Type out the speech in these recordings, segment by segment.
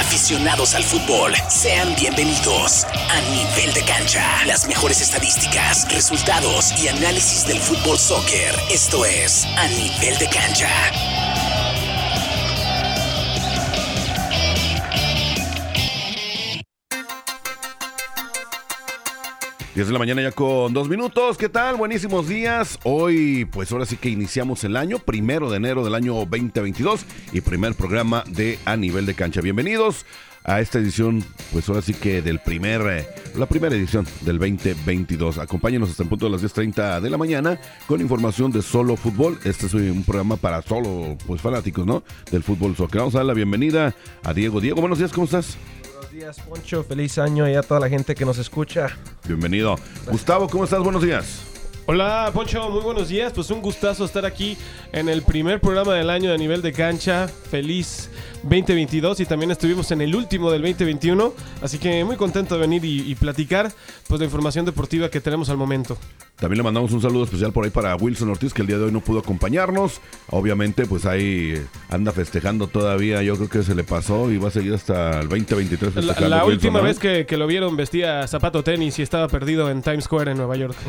Aficionados al fútbol, sean bienvenidos a Nivel de Cancha. Las mejores estadísticas, resultados y análisis del fútbol soccer. Esto es A Nivel de Cancha. Diez de la mañana ya con 2 minutos. ¿Qué tal? Buenísimos días. Hoy, pues ahora sí que iniciamos el año, 1 de enero del año 2022 y primer programa de A Nivel de Cancha. Bienvenidos a esta edición, pues ahora sí que la primera edición del 2022. Acompáñenos hasta el punto de las 10:30 de la mañana con información de Solo Fútbol. Este es un programa para solo, pues fanáticos, ¿no? Del fútbol soccer. Vamos a dar la bienvenida a Diego. Diego, buenos días, ¿cómo estás? Buenos días, Poncho, feliz año y a toda la gente que nos escucha. Bienvenido. Gracias. Gustavo, ¿cómo estás? Buenos días. Hola, Poncho, muy buenos días. Pues un gustazo estar aquí en el primer programa del año de Nivel de Cancha. Feliz 2022 y también estuvimos en el último del 2021. Así que muy contento de venir y platicar pues la información deportiva que tenemos al momento. También le mandamos un saludo especial por ahí para Wilson Ortiz, que el día de hoy no pudo acompañarnos. Obviamente, pues ahí anda festejando todavía. Yo creo que se le pasó y va a seguir hasta el 2023 festejando. La Wilson, última ¿no? vez que lo vieron vestía zapato tenis y estaba perdido en Times Square en Nueva York.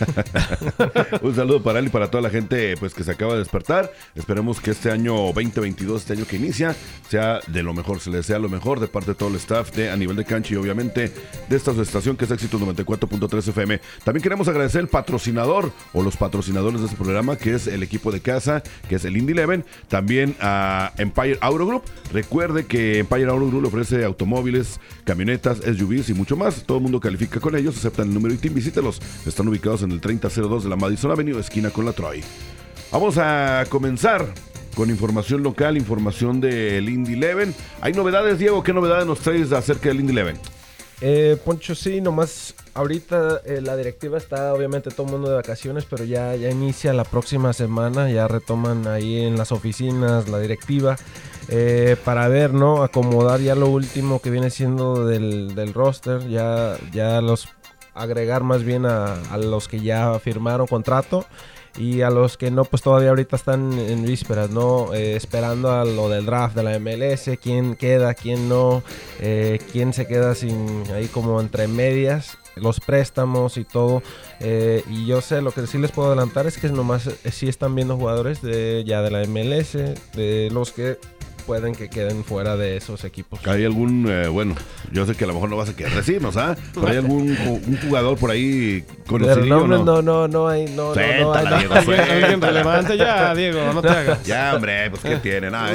Un saludo para él y para toda la gente pues que se acaba de despertar. Esperemos que este año 2022, este año que inicia, sea de lo mejor. Se les desea lo mejor de parte de todo el staff de A Nivel de Cancha y obviamente de esta su estación que es Éxitos 94.3 FM. También queremos agradecer el patrocinador o los patrocinadores de este programa, que es el equipo de casa, que es el Indy 11. También a Empire Auto Group. Recuerde que Empire Auto Group le ofrece automóviles, camionetas, SUVs y mucho más. Todo el mundo califica con ellos, aceptan el número ITIN. Visítelos. Están ubicados en el 3002 de la Madison Avenue, esquina con la Troy. Vamos a comenzar con información local, información del Indy 11. ¿Hay novedades, Diego? ¿Qué novedades nos traes acerca del Indy 11? Poncho, sí, nomás ahorita la directiva está obviamente todo el mundo de vacaciones, pero ya inicia la próxima semana, ya retoman ahí en las oficinas la directiva para ver, ¿no? Acomodar ya lo último que viene siendo del roster, ya los agregar más bien a los que ya firmaron contrato. Y a los que no, pues todavía ahorita están en vísperas, ¿no? Esperando a lo del draft de la MLS, quién queda, quién no, quién se queda sin ahí como entre medias, los préstamos y todo. Y yo sé, lo que sí les puedo adelantar es que nomás sí están viendo jugadores de la MLS, de los que pueden que queden fuera de esos equipos. ¿Hay algún, bueno, yo sé que a lo mejor no vas a querer decirnos, ¿ah? Pero hay algún un jugador por ahí conocido, no hay, no hay. Alguien relevante ya, Diego, no te hagas. Ya, hombre, pues ¿qué tiene? Nada,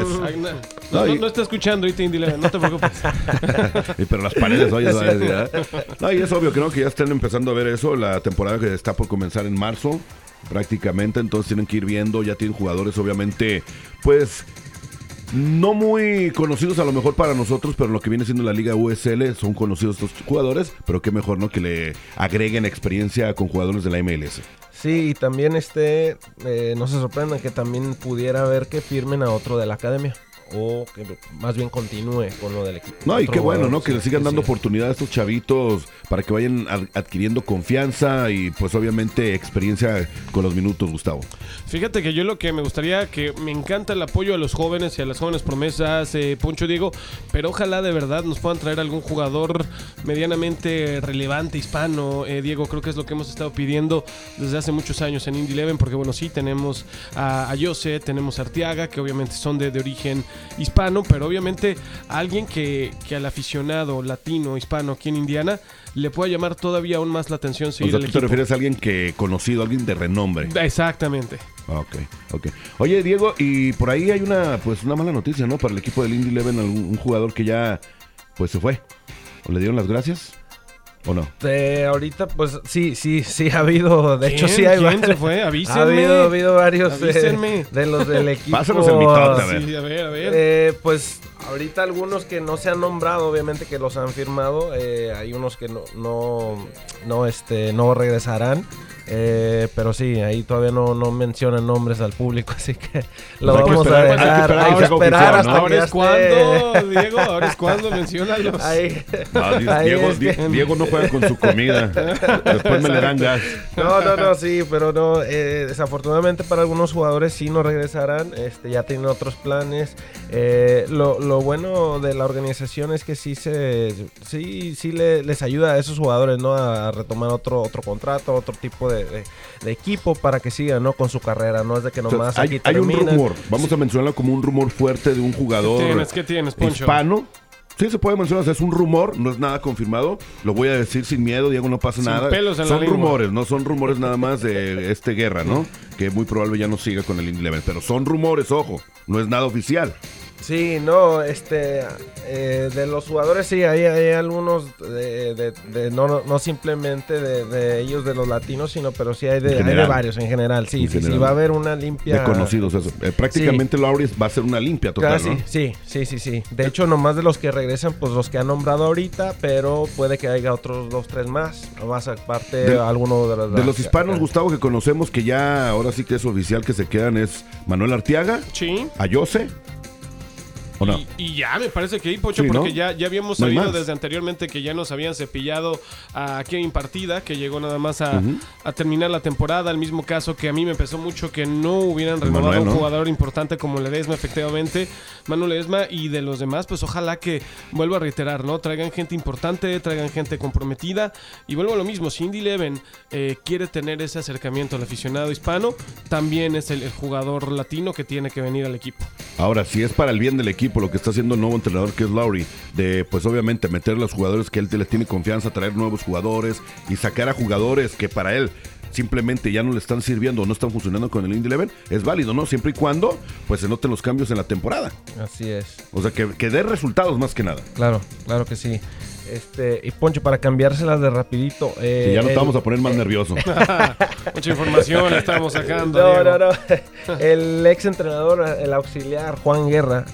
no está escuchando ahorita Indy 11, no te preocupes. Pero las paredes, oye, no, y es obvio que no, que ya estén empezando a ver eso. La temporada que está por comenzar en marzo, prácticamente, entonces tienen que ir viendo, ya tienen jugadores, obviamente, pues no muy conocidos a lo mejor para nosotros, pero lo que viene siendo la Liga USL son conocidos estos jugadores, pero qué mejor, ¿no? Que le agreguen experiencia con jugadores de la MLS. Sí, y también no se sorprendan que también pudiera haber que firmen a otro de la academia. O que más bien continúe con lo del equipo. No, y qué bueno, ¿no? Que le sigan dando oportunidad a estos chavitos para que vayan adquiriendo confianza y pues obviamente experiencia con los minutos, Gustavo. Fíjate que yo lo que me gustaría, que me encanta el apoyo a los jóvenes y a las jóvenes promesas, Poncho, Diego, pero ojalá de verdad nos puedan traer algún jugador medianamente relevante hispano. Diego, creo que es lo que hemos estado pidiendo desde hace muchos años en Indy 11, porque bueno, sí, tenemos a Jose, tenemos a Arteaga, que obviamente son de origen hispano, pero obviamente alguien que al aficionado latino, hispano aquí en Indiana le pueda llamar todavía aún más la atención seguir o sea, ¿tú te refieres a alguien que conocido, alguien de renombre? Exactamente. Ok. Oye, Diego, y por ahí hay una mala noticia, ¿no? Para el equipo del Indy 11, un jugador que ya pues se fue. ¿O le dieron las gracias? ¿O no? Ahorita, pues, sí ha habido, de hecho sí hay ¿Quién se fue? Avísenme. Ha habido varios de los del equipo. Pásanos el mitote, a ver. Sí, a ver. Pues, ahorita algunos que no se han nombrado, obviamente que los han firmado, hay unos que no regresarán. Pero sí, ahí todavía no mencionan nombres al público, así que lo vamos a dejar. Hay que esperar hasta ahora es cuando, Diego, ahora es cuando menciónalos. Diego no juega con su comida. Después me le dan gas. No, sí, pero no. Desafortunadamente para algunos jugadores sí no regresarán. Ya tienen otros planes. Lo lo bueno de la organización es que sí les ayuda a esos jugadores, ¿no? A retomar otro contrato, otro tipo de equipo para que sigan, ¿no? Con su carrera, no es de que nomás hay un rumor, vamos a mencionarlo como un rumor fuerte de un jugador ¿Qué tienes, Poncho? hispano. Sí, se puede mencionar, o sea, es un rumor, no es nada confirmado. Lo voy a decir sin miedo, Diego, no pasa nada. Son rumores, no son rumores nada más de Guerra, ¿no? Que muy probable ya no siga con el Indy 11, pero son rumores, ojo, no es nada oficial. Sí, no, de los jugadores sí, hay algunos no simplemente de ellos, de los latinos, pero sí hay de varios en general, sí, va a haber una limpia. De conocidos, eso. Prácticamente Lowry va a ser una limpia total, ¿no? Sí. De hecho, nomás de los que regresan, pues los que han nombrado ahorita, pero puede que haya otros 2-3 más aparte alguno de los hispanos, Gustavo, que conocemos que ya, ahora sí que es oficial que se quedan, es Manuel Arteaga, sí, Ayose. ¿O no? Y ya me parece que Pocho, sí, porque ¿no? ya habíamos sabido desde anteriormente que ya nos habían cepillado a Kevin Partida, que llegó nada más a terminar la temporada. El mismo caso que a mí me pesó mucho que no hubieran renovado a un jugador importante como Ledesma, efectivamente, Manu Ledesma, y de los demás, pues ojalá que, vuelvo a reiterar, ¿no? Traigan gente importante, traigan gente comprometida, y vuelvo a lo mismo, si Indy 11 quiere tener ese acercamiento al aficionado hispano, también es el jugador latino que tiene que venir al equipo. Ahora, si es para el bien del equipo, lo que está haciendo el nuevo entrenador que es Lowry, de pues obviamente meter a los jugadores que él les tiene confianza, traer nuevos jugadores y sacar a jugadores que para él simplemente ya no le están sirviendo o no están funcionando con el Indy 11, es válido, ¿no? Siempre y cuando pues se noten los cambios en la temporada. Así es. O sea, que dé resultados más que nada. Claro que sí. Y Poncho, para cambiárselas de rapidito. Sí, ya no te vamos a poner más nervioso. Mucha información le estamos sacando. No. El ex entrenador, el auxiliar Juan Guerra,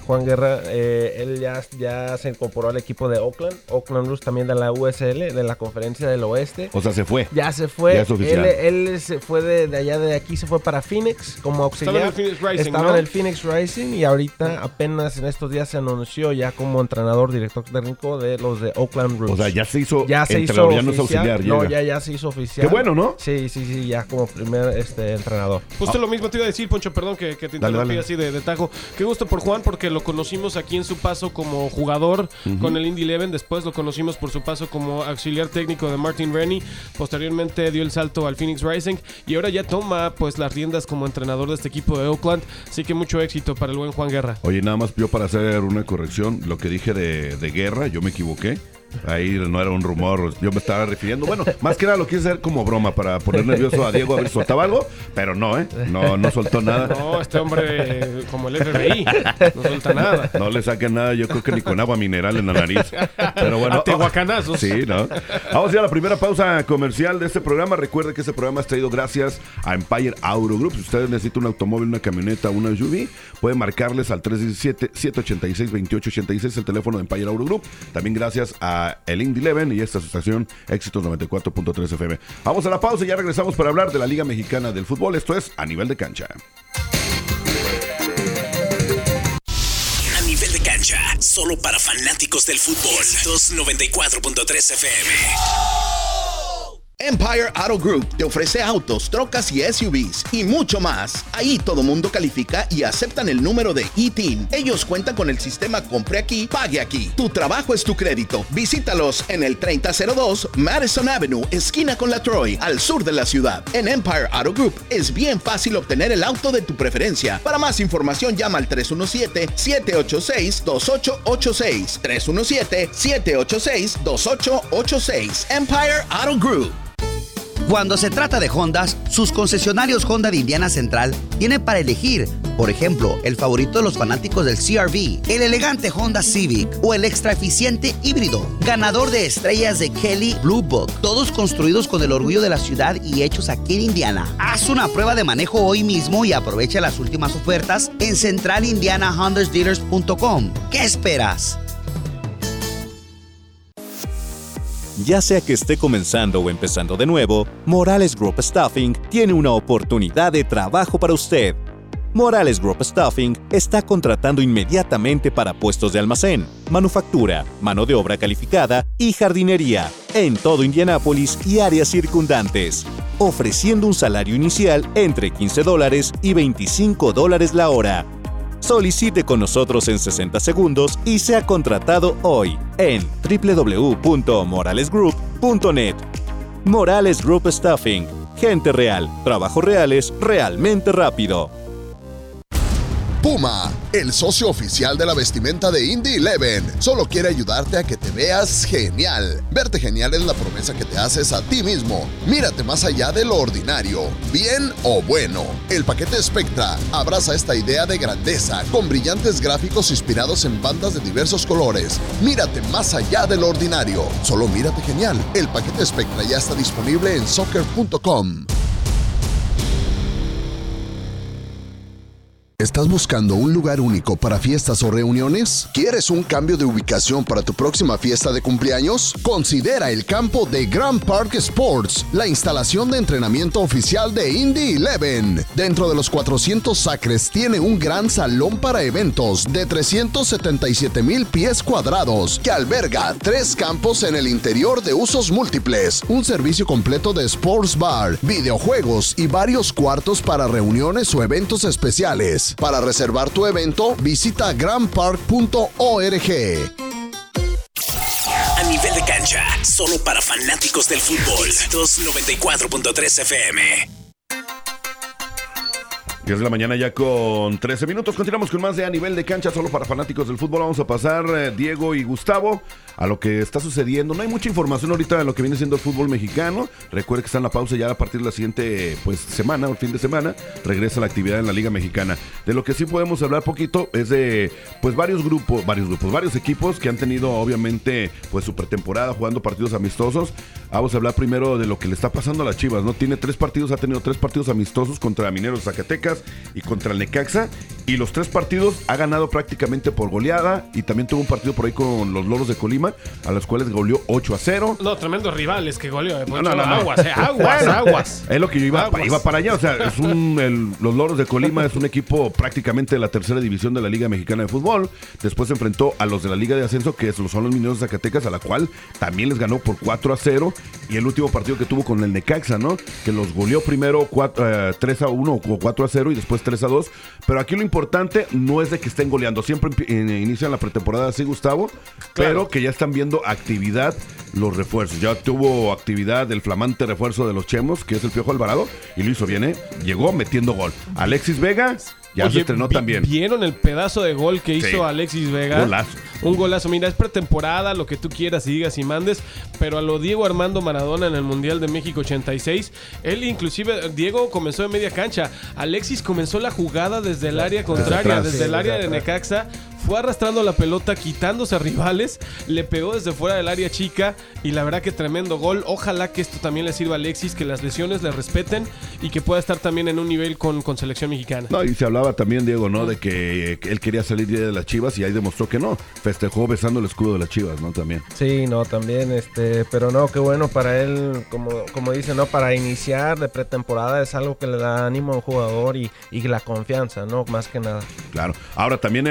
él ya se incorporó al equipo de Oakland Roos, también de la USL, de la Conferencia del Oeste. O sea, se fue. Ya se fue. Ya es oficial. Él se fue de aquí, se fue para Phoenix como auxiliar. Estaba en el Phoenix Rising y ahorita apenas en estos días se anunció ya como entrenador, director técnico de los de Oakland Roos. O sea, ya se hizo entrenador, ya no es auxiliar. No, ya se hizo oficial. Qué bueno, ¿no? Sí, ya como primer entrenador. Justo lo mismo te iba a decir, Poncho, perdón que te interrumpí así de tajo. Qué gusto por Juan, porque lo conocimos aquí en su paso como jugador con el Indy 11, después lo conocimos por su paso como auxiliar técnico de Martin Rennie, posteriormente dio el salto al Phoenix Rising y ahora ya toma pues las riendas como entrenador de este equipo de Oakland, así que mucho éxito para el buen Juan Guerra. Oye, nada más yo para hacer una corrección, lo que dije de Guerra, yo me equivoqué. Ahí no era un rumor, yo me estaba refiriendo, bueno, más que nada lo quise hacer como broma para poner nervioso a Diego a ver si soltaba algo, pero no, no soltó nada. No, este hombre como el FBI, no suelta nada. No le saquen nada, yo creo que ni con agua mineral en la nariz. Pero bueno. A tehuacanazos. Sí, ¿no? Vamos a ir a la primera pausa comercial de este programa. Recuerde que este programa es traído gracias a Empire Auto Group. Si ustedes necesitan un automóvil, una camioneta, una SUV, pueden marcarles al 317-786-2886, el teléfono de Empire Auto Group. También gracias a el Indy 11 y esta estación Éxitos 94.3 FM. Vamos a la pausa y ya regresamos para hablar de la Liga Mexicana del Fútbol. Esto es A Nivel de Cancha. A Nivel de Cancha, solo para fanáticos del fútbol. Éxitos 94.3 FM. Empire Auto Group te ofrece autos, trocas y SUVs y mucho más. Ahí todo mundo califica y aceptan el número de ITIN. Ellos cuentan con el sistema Compre Aquí, Pague Aquí. Tu trabajo es tu crédito. Visítalos en el 3002 Madison Avenue, esquina con la Troy, al sur de la ciudad. En Empire Auto Group es bien fácil obtener el auto de tu preferencia. Para más información llama al 317-786-2886. 317-786-2886. Empire Auto Group. Cuando se trata de Hondas, sus concesionarios Honda de Indiana Central tienen para elegir, por ejemplo, el favorito de los fanáticos del CR-V, el elegante Honda Civic o el extra eficiente híbrido, ganador de estrellas de Kelly Blue Book, todos construidos con el orgullo de la ciudad y hechos aquí en Indiana. Haz una prueba de manejo hoy mismo y aprovecha las últimas ofertas en centralindianahondasdealers.com. ¿Qué esperas? Ya sea que esté comenzando o empezando de nuevo, Morales Group Staffing tiene una oportunidad de trabajo para usted. Morales Group Staffing está contratando inmediatamente para puestos de almacén, manufactura, mano de obra calificada y jardinería en todo Indianápolis y áreas circundantes, ofreciendo un salario inicial entre $15 y $25 la hora. Solicite con nosotros en 60 segundos y sea contratado hoy en www.moralesgroup.net. Morales Group Staffing. Gente real, trabajos reales, realmente rápido. Puma, el socio oficial de la vestimenta de Indy 11, solo quiere ayudarte a que te veas genial. Verte genial es la promesa que te haces a ti mismo. Mírate más allá de lo ordinario, bien o bueno. El paquete Spectra abraza esta idea de grandeza con brillantes gráficos inspirados en bandas de diversos colores. Mírate más allá de lo ordinario, solo mírate genial. El paquete Spectra ya está disponible en soccer.com. ¿Estás buscando un lugar único para fiestas o reuniones? ¿Quieres un cambio de ubicación para tu próxima fiesta de cumpleaños? Considera el campo de Grand Park Sports, la instalación de entrenamiento oficial de Indy 11. Dentro de los 400 acres tiene un gran salón para eventos de 377,000 pies cuadrados que alberga 3 campos en el interior de usos múltiples, un servicio completo de sports bar, videojuegos y varios cuartos para reuniones o eventos especiales. Para reservar tu evento, visita grandpark.org. A nivel de cancha, solo para fanáticos del fútbol. 294.3 FM. 10 de la mañana ya con 13 minutos. Continuamos con más de A Nivel de Cancha, solo para fanáticos del fútbol. Vamos a pasar, Diego y Gustavo, a lo que está sucediendo. No hay mucha información ahorita de lo que viene siendo el fútbol mexicano. Recuerde que está en la pausa ya a partir de la siguiente semana o fin de semana. Regresa la actividad en la Liga Mexicana. De lo que sí podemos hablar poquito es de varios equipos que han tenido obviamente su pretemporada jugando partidos amistosos. Vamos a hablar primero de lo que le está pasando a las Chivas, ¿no? Ha tenido 3 partidos amistosos contra Mineros Zacatecas y contra el Necaxa, y los 3 partidos ha ganado prácticamente por goleada, y también tuvo un partido por ahí con los Loros de Colima, a los cuales goleó 8-0. No, tremendos rivales que goleó. Aguas. Es lo que yo iba para allá, o sea, los Loros de Colima es un equipo prácticamente de la tercera división de la Liga Mexicana de Fútbol. Después se enfrentó a los de la Liga de Ascenso, que son los Mineros de Zacatecas, a la cual también les ganó por 4-0, y el último partido que tuvo con el Necaxa, ¿no? Que los goleó primero 3-1 o 4-0 y después 3-2, pero aquí lo importante no es de que estén goleando, siempre inician la pretemporada así, Gustavo, claro, pero que ya están viendo actividad los refuerzos. Ya tuvo actividad el flamante refuerzo de los Chemos, que es el Piojo Alvarado, y lo hizo bien, llegó metiendo gol. Alexis Vega ya se estrenó también. ¿Vieron el pedazo de gol que hizo Alexis Vega? Golazo. Un golazo. Mira, es pretemporada, lo que tú quieras y digas y mandes, pero a lo Diego Armando Maradona en el Mundial de México 86, él inclusive, Diego comenzó de media cancha, Alexis comenzó la jugada desde el área contraria, desde el área de Necaxa, fue arrastrando la pelota, quitándose a rivales, le pegó desde fuera del área chica, y la verdad que tremendo gol. Ojalá que esto también le sirva a Alexis, que las lesiones le respeten y que pueda estar también en un nivel con selección mexicana. No, y se hablaba también, Diego, ¿no? De que él quería salir de las Chivas, y ahí demostró que no. Festejó besando el escudo de las Chivas, ¿no? También. Sí, no, también, pero no, qué bueno para él, como dice, ¿no? Para iniciar de pretemporada es algo que le da ánimo a un jugador y la confianza, ¿no? Más que nada. Claro. Ahora también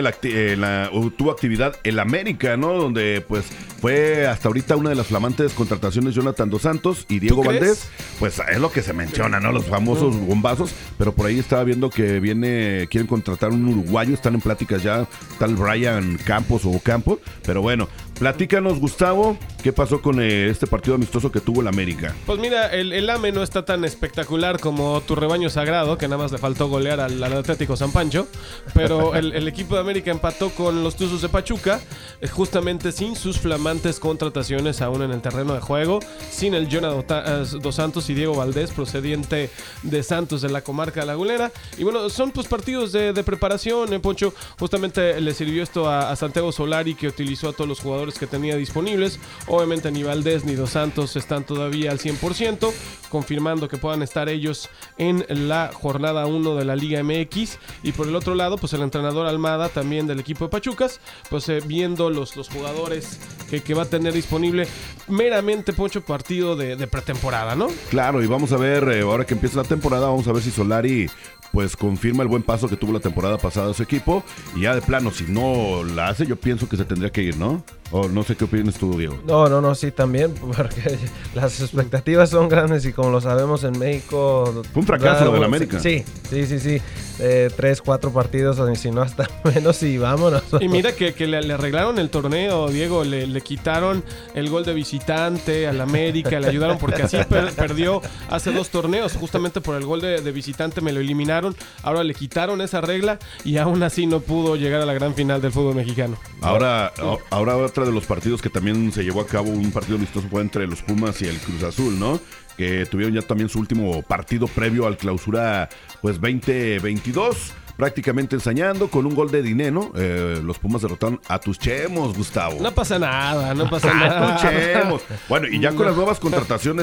tuvo actividad el América, ¿no? Donde fue hasta ahorita una de las flamantes contrataciones Jonathan Dos Santos y Diego Valdés. Pues es lo que se menciona, ¿no? Los famosos bombazos, pero por ahí estaba viendo que quieren contratar un uruguayo, están en pláticas ya, tal Brian Campos o Campos, pero bueno, platícanos, Gustavo, ¿qué pasó con este partido amistoso que tuvo el América? Pues mira, el AME no está tan espectacular como tu rebaño sagrado, que nada más le faltó golear al Atlético San Pancho, pero el equipo de América empató con los Tuzos de Pachuca, justamente sin sus flamantes contrataciones aún en el terreno de juego, sin el Jonathan Dos Santos y Diego Valdés, procediente de Santos, de la comarca lagunera. Y bueno, son partidos de preparación, Poncho. Justamente le sirvió esto a Santiago Solari, que utilizó a todos los jugadores que tenía disponibles. Obviamente ni Valdés ni Dos Santos están todavía al 100%, confirmando que puedan estar ellos en la jornada 1 de la Liga MX. Y por el otro lado, pues el entrenador Almada, también del equipo de Pachucas, viendo los jugadores que va a tener disponible, meramente, Poncho, partido de pretemporada, ¿no? Claro, y vamos a ver, ahora que empieza la temporada, vamos a ver si Solari confirma el buen paso que tuvo la temporada pasada su equipo, y ya de plano, si no la hace, yo pienso que se tendría que ir, ¿no? O no sé qué opinas tú, Diego. No, sí, también, porque las expectativas son grandes y como lo sabemos en México... Fue un fracaso lo del América. Sí. 3, 4 partidos, o si no hasta menos, y vámonos. Y mira que le arreglaron el torneo, Diego, le quitaron el gol de visitante al América, le ayudaron porque así perdió hace 2 torneos, justamente por el gol de visitante me lo eliminaron, ahora le quitaron esa regla y aún así no pudo llegar a la gran final del fútbol mexicano. Ahora otra de los partidos que también se llevó a cabo, un partido amistoso fue entre los Pumas y el Cruz Azul, ¿no? Que tuvieron ya también su último partido previo al clausura pues 2022, prácticamente ensañando con un gol de Dineno. Los Pumas derrotaron a tus Chemos, Gustavo. No pasa nada. A tus Chemos. Bueno, y ya con las nuevas contrataciones,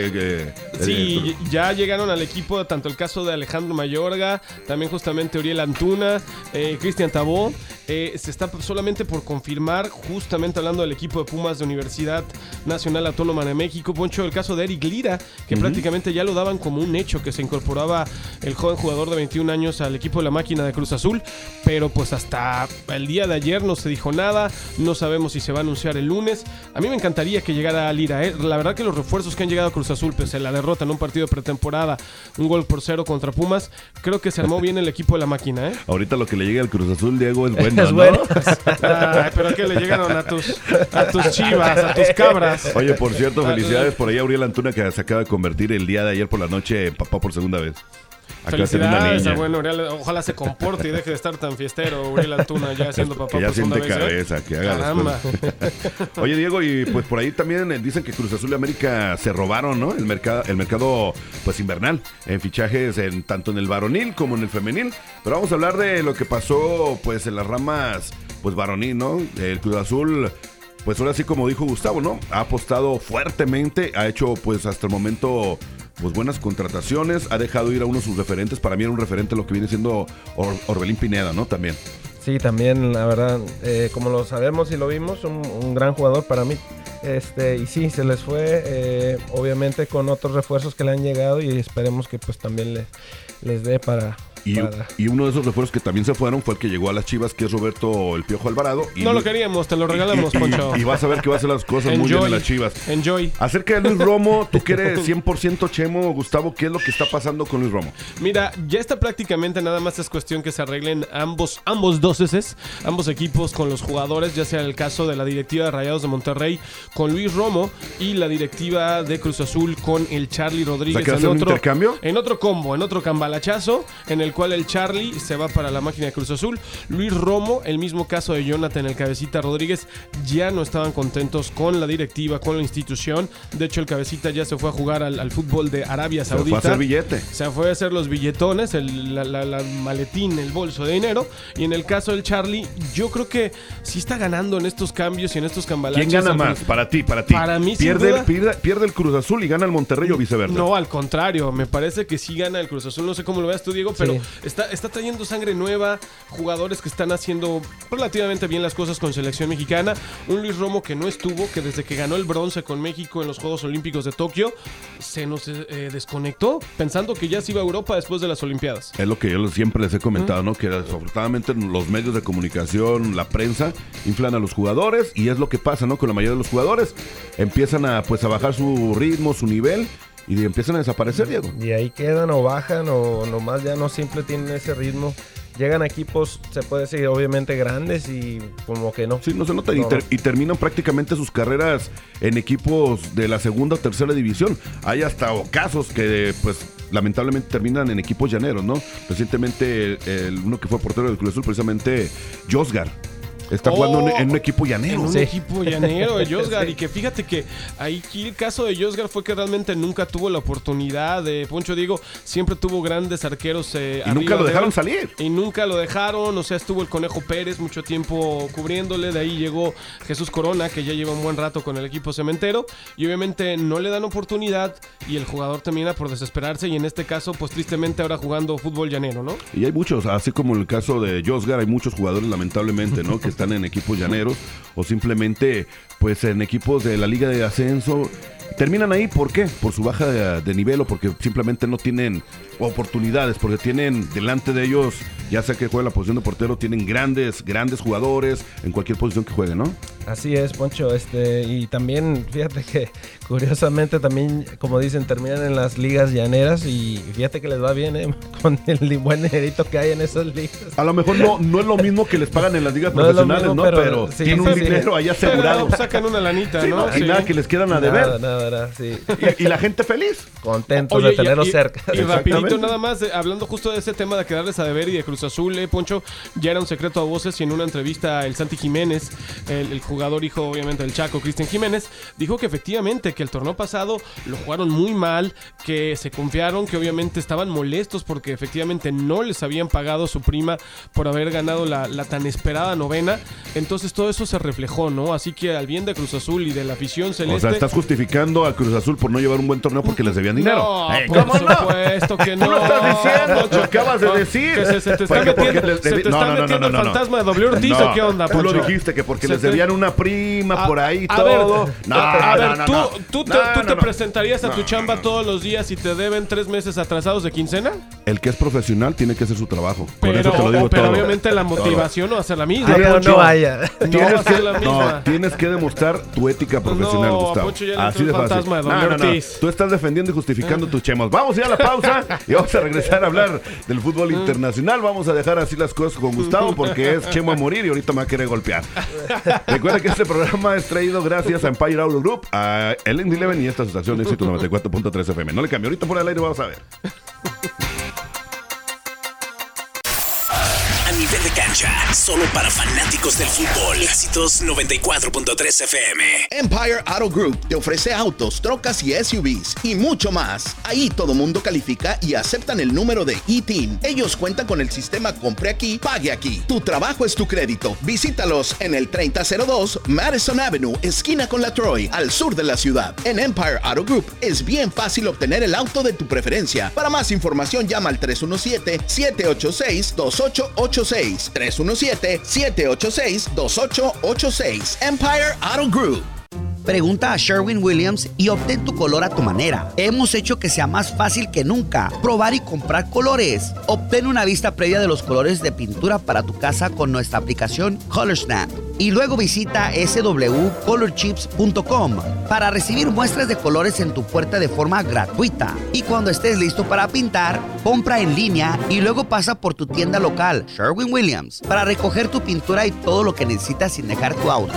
sí, ya llegaron al equipo, tanto el caso de Alejandro Mayorga, también justamente Uriel Antuna, Cristian Tabó. Se está solamente por confirmar, justamente hablando del equipo de Pumas de Universidad Nacional Autónoma de México, Poncho, el caso de Eric Lira, que prácticamente ya lo daban como un hecho, que se incorporaba el joven jugador de 21 años al equipo de la máquina de Cruz Azul, pero pues hasta el día de ayer no se dijo nada, no sabemos si se va a anunciar el lunes. A mí me encantaría que llegara Lira, La verdad que los refuerzos que han llegado a Cruz Azul, pese a la derrota en un partido de pretemporada, 1-0 contra Pumas, creo que se armó bien el equipo de la máquina, Ahorita lo que le llega al Cruz Azul, Diego, es bueno, es bueno. Ay, pero que le llegaron a tus chivas, a tus cabras. Oye, por cierto, felicidades por ahí a Uriel Antuna, que se acaba de convertir el día de ayer por la noche en papá por segunda vez. Felicidades a bueno Uriel, ojalá se comporte y deje de estar tan fiestero Uriel Antuna ya siendo papá que ya por segunda siente vez. Cabeza, que haga Caramba. Oye, Diego, y pues por ahí también dicen que Cruz Azul y América se robaron, ¿no? El mercado pues invernal, en fichajes tanto en el varonil como en el femenil. Pero vamos a hablar de lo que pasó pues en las ramas pues varonil, ¿no? El Cruz Azul, pues ahora sí, como dijo Gustavo, ¿no? Ha apostado fuertemente, ha hecho pues hasta el momento pues buenas contrataciones, ha dejado ir a uno de sus referentes. Para mí era un referente lo que viene siendo Orbelín Pineda, ¿no? También. Sí, también, la verdad, como lo sabemos y lo vimos, un gran jugador para mí. Y sí, se les fue, obviamente con otros refuerzos que le han llegado, y esperemos que pues también les dé para... Y uno de esos refuerzos que también se fueron fue el que llegó a las Chivas, que es Roberto El Piojo Alvarado. No lo queríamos, te lo regalamos, Poncho. Y vas a ver que va a hacer las cosas muy bien en las Chivas. Enjoy. Acerca de Luis Romo, tú que eres 100% Chemo, Gustavo, ¿qué es lo que está pasando con Luis Romo? Mira, ya está prácticamente, nada más es cuestión que se arreglen ambos equipos con los jugadores, ya sea el caso de la directiva de Rayados de Monterrey con Luis Romo y la directiva de Cruz Azul con el Charly Rodríguez. O sea, ¿que hacen un intercambio? En otro combo, en otro cambalachazo, en el cual el Charly se va para la máquina de Cruz Azul. Luis Romo, el mismo caso de Jonathan el Cabecita Rodríguez, ya no estaban contentos con la directiva, con la institución. De hecho, el Cabecita ya se fue a jugar al fútbol de Arabia Saudita. Se fue a hacer billete. Se fue a hacer los billetones, la maletín, el bolso de dinero. Y en el caso del Charly, yo creo que sí está ganando en estos cambios y en estos cambalaches. ¿Quién gana más? Para ti. Para mí, pierde el Cruz Azul y gana el Monterrey, o viceversa. No, al contrario, me parece que sí gana el Cruz Azul. No sé cómo lo veas tú, Diego, pero sí. Está trayendo sangre nueva, jugadores que están haciendo relativamente bien las cosas con selección mexicana. Un Luis Romo que no estuvo, que desde que ganó el bronce con México en los Juegos Olímpicos de Tokio, se nos desconectó, pensando que ya se iba a Europa después de las Olimpiadas. Es lo que yo siempre les he comentado, ¿no? Que desafortunadamente los medios de comunicación, la prensa, inflan a los jugadores, y es lo que pasa, ¿no? Con la mayoría de los jugadores empiezan a bajar su ritmo, su nivel, y empiezan a desaparecer, Diego. Y ahí quedan o bajan o nomás ya no siempre tienen ese ritmo. Llegan a equipos, se puede decir, obviamente grandes, y como que no. Sí, no se nota. No. Y terminan prácticamente sus carreras en equipos de la segunda o tercera división. Hay hasta casos que, pues, lamentablemente terminan en equipos llaneros, ¿no? Recientemente, uno que fue portero del Cruz Azul, precisamente, Josgar. Está jugando en un equipo llanero. En un equipo llanero de Josgar. Sí. Y que fíjate que aquí el caso de Josgar fue que realmente nunca tuvo la oportunidad de Poncho Diego. Siempre tuvo grandes arqueros. Y nunca lo dejaron salir. Y nunca lo dejaron. O sea, estuvo el Conejo Pérez mucho tiempo cubriéndole. De ahí llegó Jesús Corona, que ya lleva un buen rato con el equipo cementero. Y obviamente no le dan oportunidad. Y el jugador termina por desesperarse. Y en este caso, pues tristemente ahora jugando fútbol llanero, ¿no? Y hay muchos, así como en el caso de Josgar, hay muchos jugadores lamentablemente, ¿no? Que están en equipos llaneros o simplemente pues en equipos de la Liga de Ascenso, terminan ahí, ¿por qué? Por su baja de nivel o porque simplemente no tienen oportunidades, porque tienen delante de ellos, ya sea que juegue la posición de portero, tienen grandes jugadores en cualquier posición que jueguen, ¿no? Así es, Poncho, y también fíjate que curiosamente también, como dicen, terminan en las ligas llaneras y fíjate que les va bien, con el buen dinerito que hay en esas ligas. A lo mejor no es lo mismo que les pagan en las ligas profesionales, mismo, ¿no? Pero sí, tienen un dinero ahí asegurado. Pero sacan una lanita, sí, ¿no? Y nada que les quieran a deber. Nada, sí. Y la gente feliz. Contentos de tenerlos cerca. Y rapidito nada más, hablando justo de ese tema de quedarles a deber y de Cruz Azul, Poncho, ya era un secreto a voces y en una entrevista el Santi Jiménez, el jugador hijo obviamente del Chaco, Cristian Jiménez, dijo que efectivamente que el torneo pasado lo jugaron muy mal, que se confiaron, que obviamente estaban molestos porque efectivamente no les habían pagado su prima por haber ganado la tan esperada novena, entonces todo eso se reflejó, ¿no? Así que al bien de Cruz Azul y de la afición celeste... O sea, estás justificando a Cruz Azul por no llevar un buen torneo porque les debían dinero. No, por supuesto que no. Tú lo estás diciendo, no, lo acabas de decir. Que se te está metiendo el fantasma de W Ortiz, ¿o qué onda, Poncho? Tú lo dijiste, que porque les debían una prima por ahí todo. ¿Tú te presentarías a tu chamba todos los días y te deben 3 meses atrasados de quincena? El que es profesional tiene que hacer su trabajo. Por eso te lo digo pero todo. obviamente la motivación no va a ser la misma. No vaya. Tienes que demostrar tu ética profesional, Gustavo. Poncho, ya así de fácil. No. Tú estás defendiendo y justificando tus chemos. Vamos a ir a la pausa y vamos a regresar a hablar del fútbol internacional. Vamos a dejar así las cosas con Gustavo porque es chemo a morir y ahorita me va a querer golpear. Recuerda que este programa es traído gracias a Empire Auto Group, a el Indy Eleven y esta estación de éxito 94.3 FM. No le cambio, ahorita por el aire vamos a ver. A nivel de cancha, solo para fanáticos del fútbol. Éxitos 94.3 FM. Empire Auto Group te ofrece autos, trocas y SUVs y mucho más. Ahí todo mundo califica y aceptan el número de E-Team. Ellos cuentan con el sistema Compre Aquí, Pague Aquí. Tu trabajo es tu crédito. Visítalos en el 3002 Madison Avenue, esquina con la Troy, al sur de la ciudad. En Empire Auto Group es bien fácil obtener el auto de tu preferencia. Para más información llama al 317-786-2886. 317-786-2886. Empire Auto Group. Pregunta a Sherwin-Williams y obtén tu color a tu manera. Hemos hecho que sea más fácil que nunca probar y comprar colores. Obtén una vista previa de los colores de pintura para tu casa con nuestra aplicación ColorSnap. Y luego visita swcolorchips.com para recibir muestras de colores en tu puerta de forma gratuita. Y cuando estés listo para pintar, compra en línea y luego pasa por tu tienda local, Sherwin-Williams, para recoger tu pintura y todo lo que necesitas sin dejar tu auto.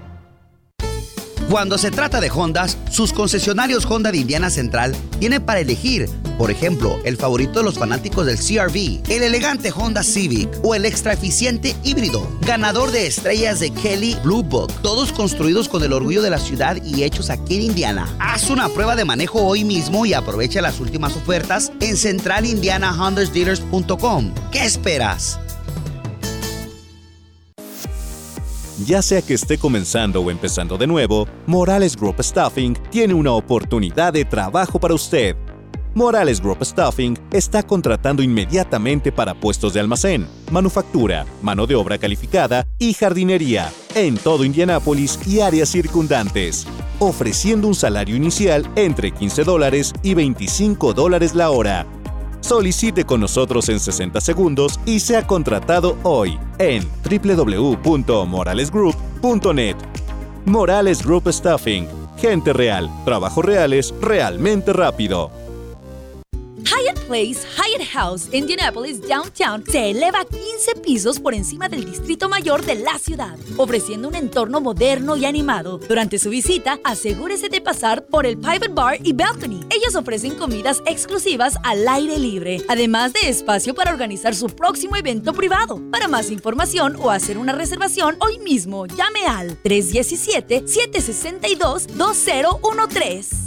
Cuando se trata de Hondas, sus concesionarios Honda de Indiana Central tienen para elegir, por ejemplo, el favorito de los fanáticos del CR-V, el elegante Honda Civic o el extra eficiente híbrido, ganador de estrellas de Kelley Blue Book, todos construidos con el orgullo de la ciudad y hechos aquí en Indiana. Haz una prueba de manejo hoy mismo y aprovecha las últimas ofertas en centralindianahondasdealers.com. ¿Qué esperas? Ya sea que esté comenzando o empezando de nuevo, Morales Group Staffing tiene una oportunidad de trabajo para usted. Morales Group Staffing está contratando inmediatamente para puestos de almacén, manufactura, mano de obra calificada y jardinería en todo Indianápolis y áreas circundantes, ofreciendo un salario inicial entre $15 y $25 la hora. Solicite con nosotros en 60 segundos y sea contratado hoy en www.moralesgroup.net. Morales Group Staffing. Gente real. Trabajos reales realmente rápido. Hyatt Place, Hyatt House, Indianapolis Downtown se eleva 15 pisos por encima del Distrito Mayor de la ciudad, ofreciendo un entorno moderno y animado. Durante su visita, asegúrese de pasar por el Private Bar y Balcony. Ellos ofrecen comidas exclusivas al aire libre, además de espacio para organizar su próximo evento privado. Para más información o hacer una reservación hoy mismo, llame al 317-762-2013.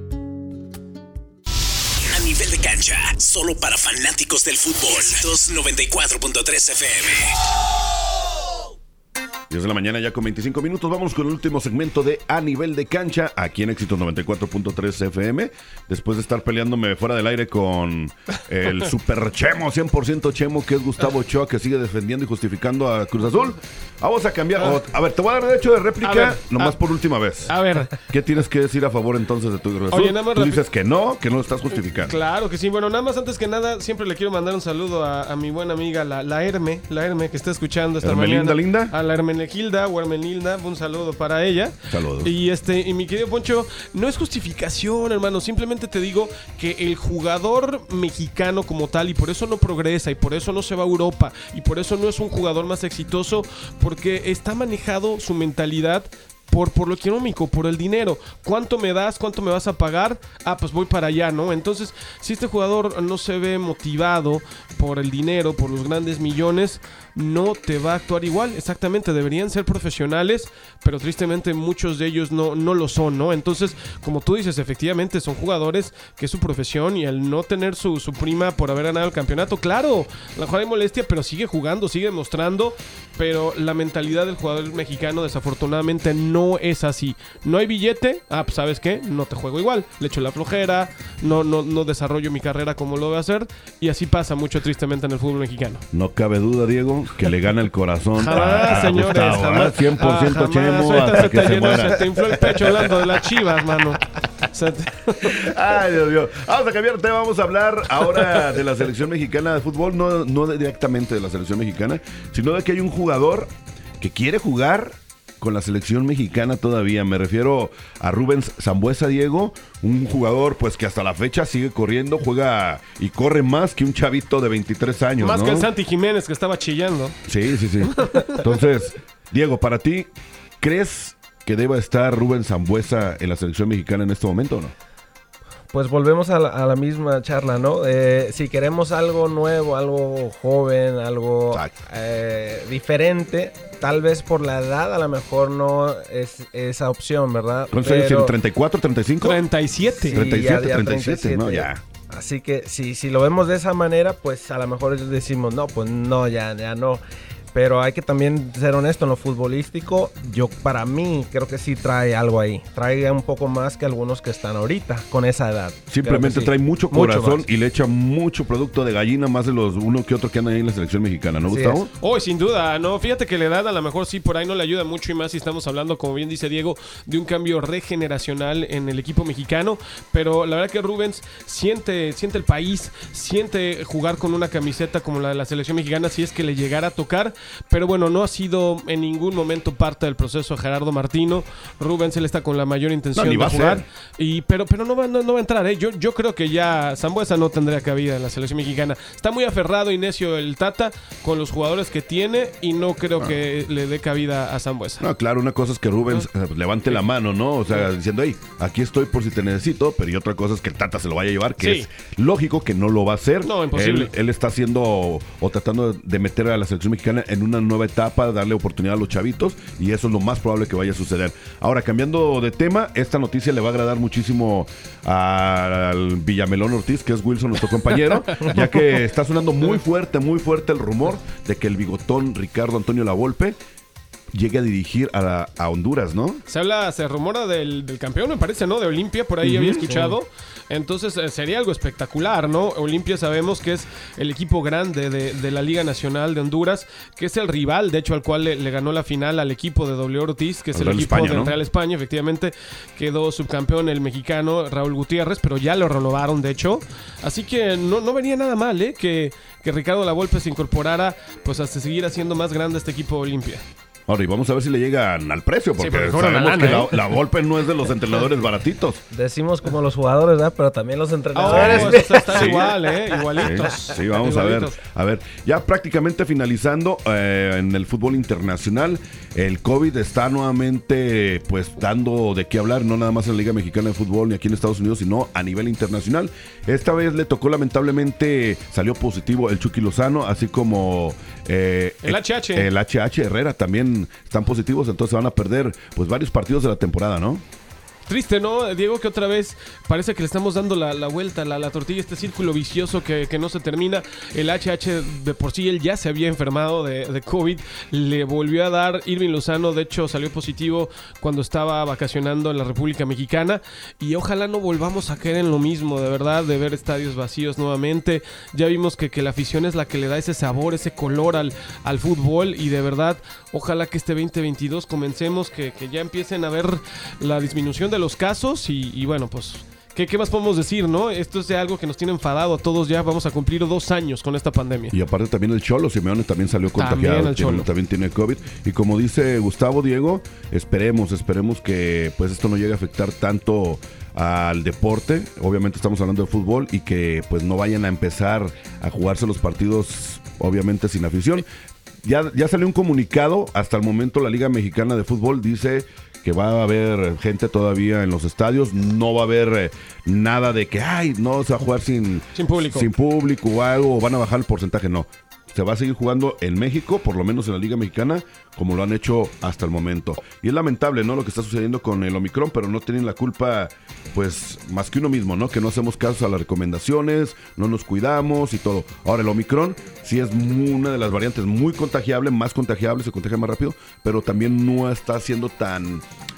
A nivel de cancha, solo para fanáticos del fútbol. 94.3 FM. 10 de la mañana ya con 25 minutos. Vamos con el último segmento de A Nivel de Cancha, aquí en Éxitos 94.3 FM. Después de estar peleándome fuera del aire con el super Chemo, 100% Chemo, que es Gustavo Ochoa, que sigue defendiendo y justificando a Cruz Azul. Vamos a cambiar. A ver, te voy a dar derecho de réplica nomás por última vez. A ver. ¿Qué tienes que decir a favor entonces de tu Cruz Azul? Oye, nada más Tú dices que no lo estás justificando. Claro que sí. Bueno, nada más antes que nada, siempre le quiero mandar un saludo a mi buena amiga, la Herme, que está escuchando esta mañana. ¿Linda? A la Hermenegilda o Hermenilda, un saludo para ella. Saludos. Y mi querido Poncho, no es justificación, hermano. Simplemente te digo que el jugador mexicano como tal, y por eso no progresa, y por eso no se va a Europa, y por eso no es un jugador más exitoso, porque está manejado su mentalidad por lo económico, por el dinero. ¿Cuánto me das? ¿Cuánto me vas a pagar? Pues voy para allá, ¿no? Entonces, si este jugador no se ve motivado por el dinero, por los grandes millones, no te va a actuar igual. Exactamente, deberían ser profesionales, pero tristemente muchos de ellos no lo son, ¿no? Entonces, como tú dices, efectivamente son jugadores que es su profesión, y al no tener su prima por haber ganado el campeonato, claro, a lo mejor hay molestia, pero sigue jugando, sigue mostrando. Pero la mentalidad del jugador mexicano desafortunadamente no es así. No hay billete, pues ¿sabes qué? No te juego igual, le echo la flojera, no desarrollo mi carrera como lo voy a hacer, y así pasa mucho tristemente en el fútbol mexicano. No cabe duda, Diego, que le gana el corazón jamás, señores, Gustavo, jamás. 100% Chemo ahorita hasta que se muera. Se te infló el pecho hablando de las Chivas, mano. Ay, Dios mío. Vamos a cambiar de tema, vamos a hablar ahora de la selección mexicana de fútbol, no directamente de la selección mexicana, sino de que hay un jugador que quiere jugar con la selección mexicana todavía. Me refiero a Rubens Sambueza, Diego, un jugador pues que hasta la fecha sigue corriendo, juega y corre más que un chavito de 23 años, más, ¿no? Que el Santi Jiménez, que estaba chillando. Sí. Entonces, Diego, para ti, ¿crees que deba estar Rubens Sambueza en la selección mexicana en este momento o no? Pues volvemos a la misma charla, ¿no? Si queremos algo nuevo, algo joven, algo diferente, tal vez por la edad a lo mejor no es esa opción, ¿verdad? ¿Cuántos años tiene? ¿34, 35? 37. Sí, 37. No, ya. Así que si lo vemos de esa manera, pues a lo mejor decimos, no, pues no, ya no. Pero hay que también ser honesto en lo futbolístico. Para mí, creo que sí trae algo ahí. Trae un poco más que algunos que están ahorita con esa edad. Simplemente sí. Trae mucho corazón y le echa mucho producto de gallina, más de los uno que otro que andan ahí en la selección mexicana, ¿no, Gustavo? Sin duda, no. Fíjate que la edad a lo mejor sí por ahí no le ayuda mucho, y más si estamos hablando, como bien dice Diego, de un cambio regeneracional en el equipo mexicano. Pero la verdad que Rubens siente el país, siente jugar con una camiseta como la de la selección mexicana si es que le llegara a tocar. Pero bueno, no ha sido en ningún momento parte del proceso de Gerardo Martino. Rubens, él está con la mayor intención de jugar. Pero no va a entrar, ¿eh? Yo creo que ya Sambueza no tendría cabida en la selección mexicana. Está muy aferrado y necio el Tata con los jugadores que tiene, y no creo que le dé cabida a Sambueza. No, claro, una cosa es que Rubens levante la mano, ¿no? O sea, diciendo, hey, aquí estoy por si te necesito, pero y otra cosa es que el Tata se lo vaya a llevar, que es lógico que no lo va a hacer. No, imposible. Él está haciendo o tratando de meter a la selección mexicana en una nueva etapa, darle oportunidad a los chavitos, y eso es lo más probable que vaya a suceder. Ahora, cambiando de tema, esta noticia le va a agradar muchísimo al Villamelón Ortiz, que es Wilson, nuestro compañero, ya que está sonando muy fuerte el rumor de que el bigotón Ricardo Antonio Lavolpe llegue a dirigir a Honduras, ¿no? Se rumora del campeón, me parece, ¿no? De Olimpia, por ahí había escuchado. Entonces sería algo espectacular, ¿no? Olimpia sabemos que es el equipo grande de la Liga Nacional de Honduras, que es el rival, de hecho, al cual le ganó la final al equipo de W. Ortiz, que es el equipo de Real España. Efectivamente, quedó subcampeón el mexicano Raúl Gutiérrez, pero ya lo renovaron, de hecho. Así que no venía nada mal, ¿eh? Que Ricardo Lavolpe se incorporara, pues hasta seguir haciendo más grande este equipo de Olimpia. Ahora, y vamos a ver si le llegan al precio, porque sabemos que la Volpe no es de los entrenadores baratitos. Decimos como los jugadores, ¿verdad? Pero también los entrenadores. Están igual, igualitos. Sí, vamos igualitos. A ver, ya prácticamente finalizando en el fútbol internacional, el COVID está nuevamente pues dando de qué hablar, no nada más en la Liga Mexicana de Fútbol ni aquí en Estados Unidos, sino a nivel internacional. Esta vez le tocó, lamentablemente, salió positivo el Chucky Lozano, así como el HH Herrera también están positivos, entonces van a perder pues varios partidos de la temporada, ¿no? Triste, ¿no, Diego? Que otra vez parece que le estamos dando la vuelta, la tortilla, este círculo vicioso que no se termina. El HH de por sí, él ya se había enfermado de COVID, le volvió a dar. Irving Lozano, de hecho, salió positivo cuando estaba vacacionando en la República Mexicana, y ojalá no volvamos a caer en lo mismo, de verdad, de ver estadios vacíos nuevamente. Ya vimos que la afición es la que le da ese sabor, ese color al fútbol, y de verdad, ojalá que este 2022 comencemos, que ya empiecen a ver la disminución de los casos y bueno, pues ¿qué más podemos decir, no? Esto es de algo que nos tiene enfadado a todos. Ya vamos a cumplir 2 años con esta pandemia. Y aparte también el Cholo Simeone también salió contagiado, también tiene COVID. Y como dice Gustavo, Diego, esperemos que pues esto no llegue a afectar tanto al deporte. Obviamente estamos hablando de fútbol, y que pues no vayan a empezar a jugarse los partidos obviamente sin afición. Ya salió un comunicado. Hasta el momento la Liga Mexicana de Fútbol dice que va a haber gente todavía en los estadios. No va a haber nada de que no se va a jugar sin público o algo, o van a bajar el porcentaje. No, se va a seguir jugando en México, por lo menos en la Liga Mexicana, como lo han hecho hasta el momento. Y es lamentable, ¿no?, lo que está sucediendo con el Omicron, pero no tienen la culpa, pues, más que uno mismo, ¿no? Que no hacemos caso a las recomendaciones, no nos cuidamos y todo. Ahora, el Omicron sí es una de las variantes muy contagiable, más contagiable, se contagia más rápido, pero también no está siendo tan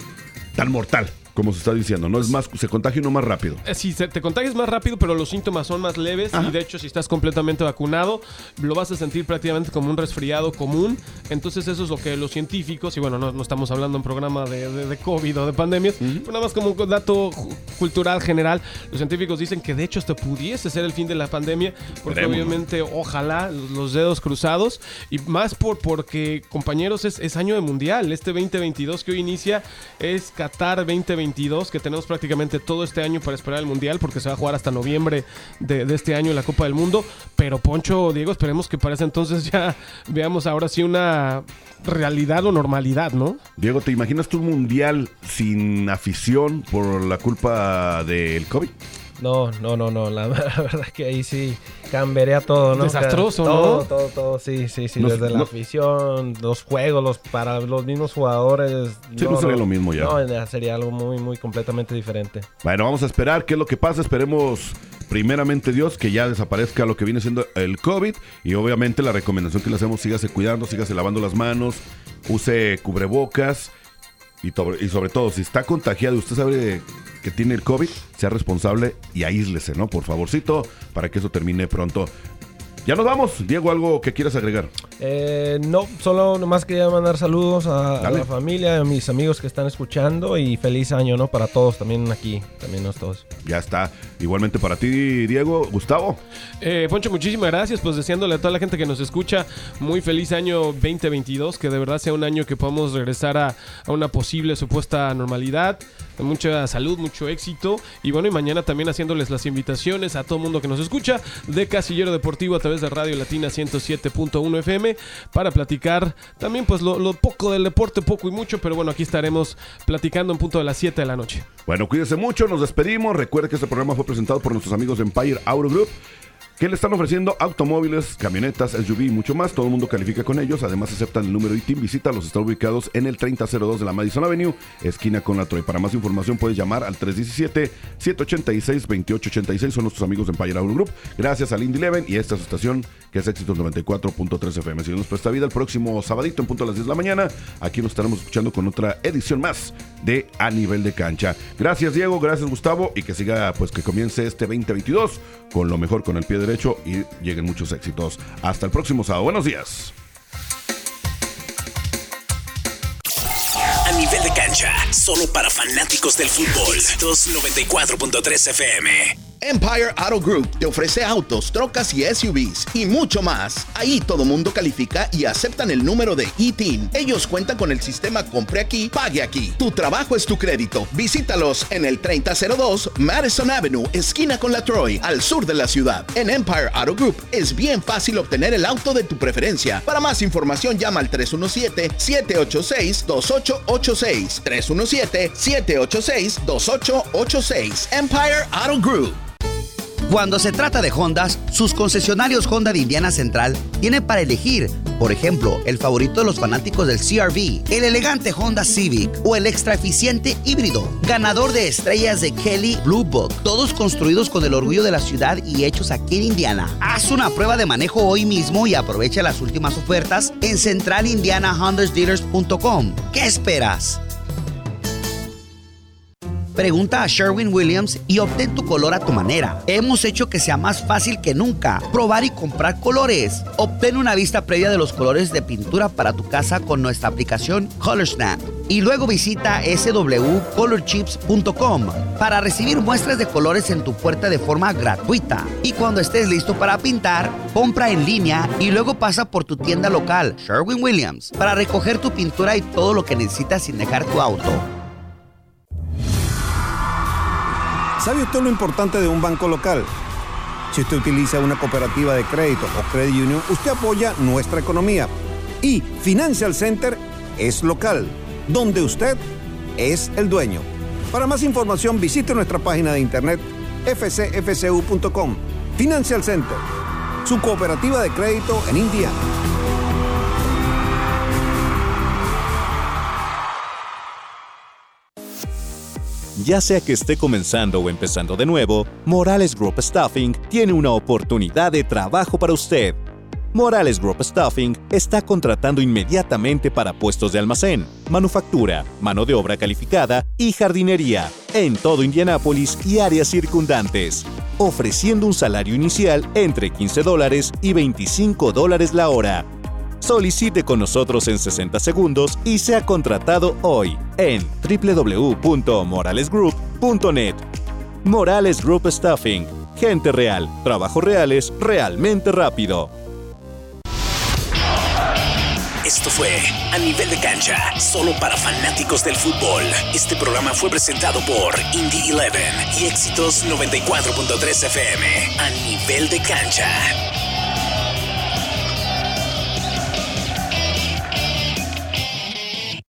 mortal como se está diciendo, ¿no? Es más, se contagia uno más rápido. Sí, te contagias más rápido, pero los síntomas son más leves. Ajá. Y de hecho, si estás completamente vacunado, lo vas a sentir prácticamente como un resfriado común. Entonces eso es lo que los científicos, y bueno, no estamos hablando en programa de COVID o de pandemias, pero nada más como un dato cultural general, los científicos dicen que de hecho esto pudiese ser el fin de la pandemia, porque obviamente, ojalá, los dedos cruzados, y más porque, compañeros, es año de mundial. Este 2022 que hoy inicia es Qatar 2022, que tenemos prácticamente todo este año para esperar el mundial, porque se va a jugar hasta noviembre de este año la Copa del Mundo. Pero Poncho, Diego, esperemos que para ese entonces ya veamos ahora sí una realidad o normalidad, ¿no? Diego, ¿te imaginas tú un mundial sin afición por la culpa del COVID? No, la verdad que ahí sí cambiaría todo, ¿no? Desastroso, ¿no? Todo, sí, desde la afición, los juegos, para los mismos jugadores. Sí, no sería lo mismo ya. No, sería algo muy, muy completamente diferente. Bueno, vamos a esperar qué es lo que pasa. Esperemos, primeramente Dios, que ya desaparezca lo que viene siendo el COVID, y obviamente la recomendación que le hacemos: sígase cuidando, sígase lavando las manos, use cubrebocas, y sobre todo, si está contagiado y usted sabe que tiene el COVID, sea responsable y aíslese, ¿no? Por favorcito, para que eso termine pronto. Ya nos vamos. Diego, ¿algo que quieras agregar? No, solo nomás quería mandar saludos a la familia, a mis amigos que están escuchando, y feliz año, ¿no? Para todos, también aquí, también nos todos. Ya está. Igualmente para ti, Diego. Gustavo. Poncho, muchísimas gracias, pues deseándole a toda la gente que nos escucha muy feliz año 2022, que de verdad sea un año que podamos regresar a una posible supuesta normalidad, mucha salud, mucho éxito, y bueno, y mañana también haciéndoles las invitaciones a todo mundo que nos escucha de Casillero Deportivo a través de Radio Latina 107.1 FM para platicar también pues lo poco del deporte, poco y mucho, pero bueno, aquí estaremos platicando en punto de las 7 de la noche. Bueno, cuídense mucho, nos despedimos. Recuerde que este programa fue presentado por nuestros amigos de Empire Auto Group, que le están ofreciendo automóviles, camionetas, SUV y mucho más. Todo el mundo califica con ellos. Además aceptan el número ITIN. Visítalos, están ubicados en el 3002 de la Madison Avenue, esquina con la Troy. Para más información puedes llamar al 317-786-2886. Son nuestros amigos de Empire Auto Group. Gracias al Indy Eleven y esta es su estación, que es Éxitos 94.3 FM. Si nos presta vida, el próximo sabadito en punto a las 10 de la mañana, aquí nos estaremos escuchando con otra edición más de A Nivel de Cancha. Gracias, Diego, gracias, Gustavo, y que siga, pues que comience este 2022 con lo mejor, con el pie derecho, y lleguen muchos éxitos. Hasta el próximo sábado. Buenos días. A Nivel de Cancha, solo para fanáticos del fútbol. 294.3 FM. Empire Auto Group te ofrece autos, trocas y SUVs y mucho más. Ahí todo mundo califica y aceptan el número de ITIN. Ellos cuentan con el sistema Compre Aquí, Pague Aquí. Tu trabajo es tu crédito. Visítalos en el 3002 Madison Avenue, esquina con la Troy, al sur de la ciudad. En Empire Auto Group es bien fácil obtener el auto de tu preferencia. Para más información llama al 317-786-2886. 317-786-2886. Empire Auto Group. Cuando se trata de Hondas, sus concesionarios Honda de Indiana Central tienen para elegir. Por ejemplo, el favorito de los fanáticos del CR-V, el elegante Honda Civic o el extra eficiente híbrido, ganador de estrellas de Kelley Blue Book, todos construidos con el orgullo de la ciudad y hechos aquí en Indiana. Haz una prueba de manejo hoy mismo y aprovecha las últimas ofertas en centralindianahondasdealers.com. ¿Qué esperas? Pregunta a Sherwin-Williams y obtén tu color a tu manera. Hemos hecho que sea más fácil que nunca probar y comprar colores. Obtén una vista previa de los colores de pintura para tu casa con nuestra aplicación ColorSnap. Y luego visita swcolorchips.com para recibir muestras de colores en tu puerta de forma gratuita. Y cuando estés listo para pintar, compra en línea y luego pasa por tu tienda local, Sherwin-Williams, para recoger tu pintura y todo lo que necesitas sin dejar tu auto. ¿Sabe usted lo importante de un banco local? Si usted utiliza una cooperativa de crédito o credit union, usted apoya nuestra economía. Y Financial Center es local, donde usted es el dueño. Para más información, visite nuestra página de internet fcfcu.com. Financial Center, su cooperativa de crédito en Indiana. Ya sea que esté comenzando o empezando de nuevo, Morales Group Staffing tiene una oportunidad de trabajo para usted. Morales Group Staffing está contratando inmediatamente para puestos de almacén, manufactura, mano de obra calificada y jardinería en todo Indianápolis y áreas circundantes, ofreciendo un salario inicial entre $15 y $25 la hora. Solicite con nosotros en 60 segundos y sea contratado hoy en www.moralesgroup.net. Morales Group Staffing. Gente real, trabajos reales, realmente rápido. Esto fue A Nivel de Cancha, solo para fanáticos del fútbol. Este programa fue presentado por Indy 11 y Éxitos 94.3 FM. A Nivel de Cancha.